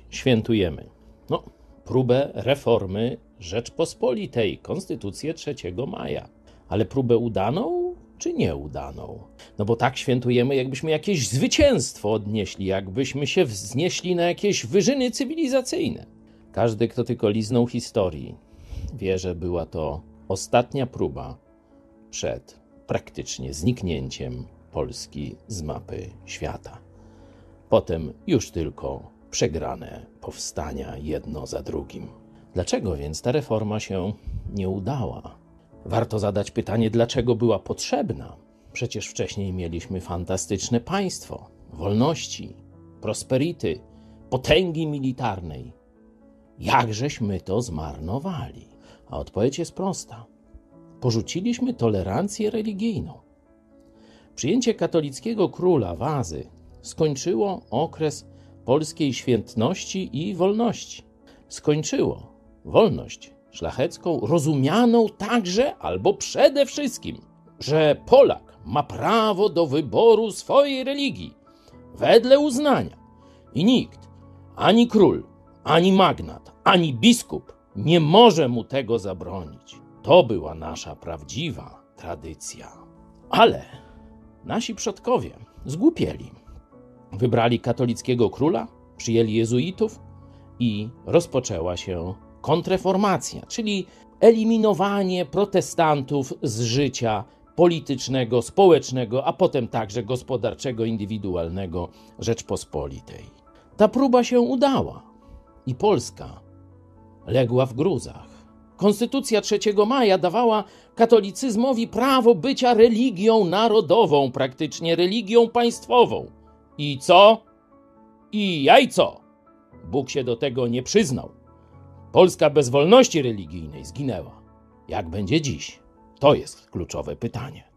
świętujemy? No, próbę reformy Rzeczpospolitej, Konstytucję 3 maja. Ale próbę udaną czy nieudaną? No bo tak świętujemy, jakbyśmy jakieś zwycięstwo odnieśli, jakbyśmy się wznieśli na jakieś wyżyny cywilizacyjne. Każdy, kto tylko liznął historii, wie, że była to ostatnia próba przed praktycznie zniknięciem Polski z mapy świata. Potem już tylko przegrane powstania jedno za drugim. Dlaczego więc ta reforma się nie udała? Warto zadać pytanie, dlaczego była potrzebna. Przecież wcześniej mieliśmy fantastyczne państwo, wolności, prosperity, potęgi militarnej. Jakżeśmy to zmarnowali? A odpowiedź jest prosta. Porzuciliśmy tolerancję religijną. Przyjęcie katolickiego króla Wazy skończyło okres polskiej świętności i wolności. Skończyło wolność szlachecką, rozumianą także albo przede wszystkim, że Polak ma prawo do wyboru swojej religii wedle uznania i nikt, ani król, ani magnat, ani biskup nie może mu tego zabronić. To była nasza prawdziwa tradycja. Ale nasi przodkowie zgłupieli. Wybrali katolickiego króla, przyjęli jezuitów i rozpoczęła się kontreformacja, czyli eliminowanie protestantów z życia politycznego, społecznego, a potem także gospodarczego, indywidualnego Rzeczpospolitej. Ta próba się udała i Polska legła w gruzach. Konstytucja 3 maja dawała katolicyzmowi prawo bycia religią narodową, praktycznie religią państwową. I co? I jajco! Bóg się do tego nie przyznał. Polska bez wolności religijnej zginęła. Jak będzie dziś? To jest kluczowe pytanie.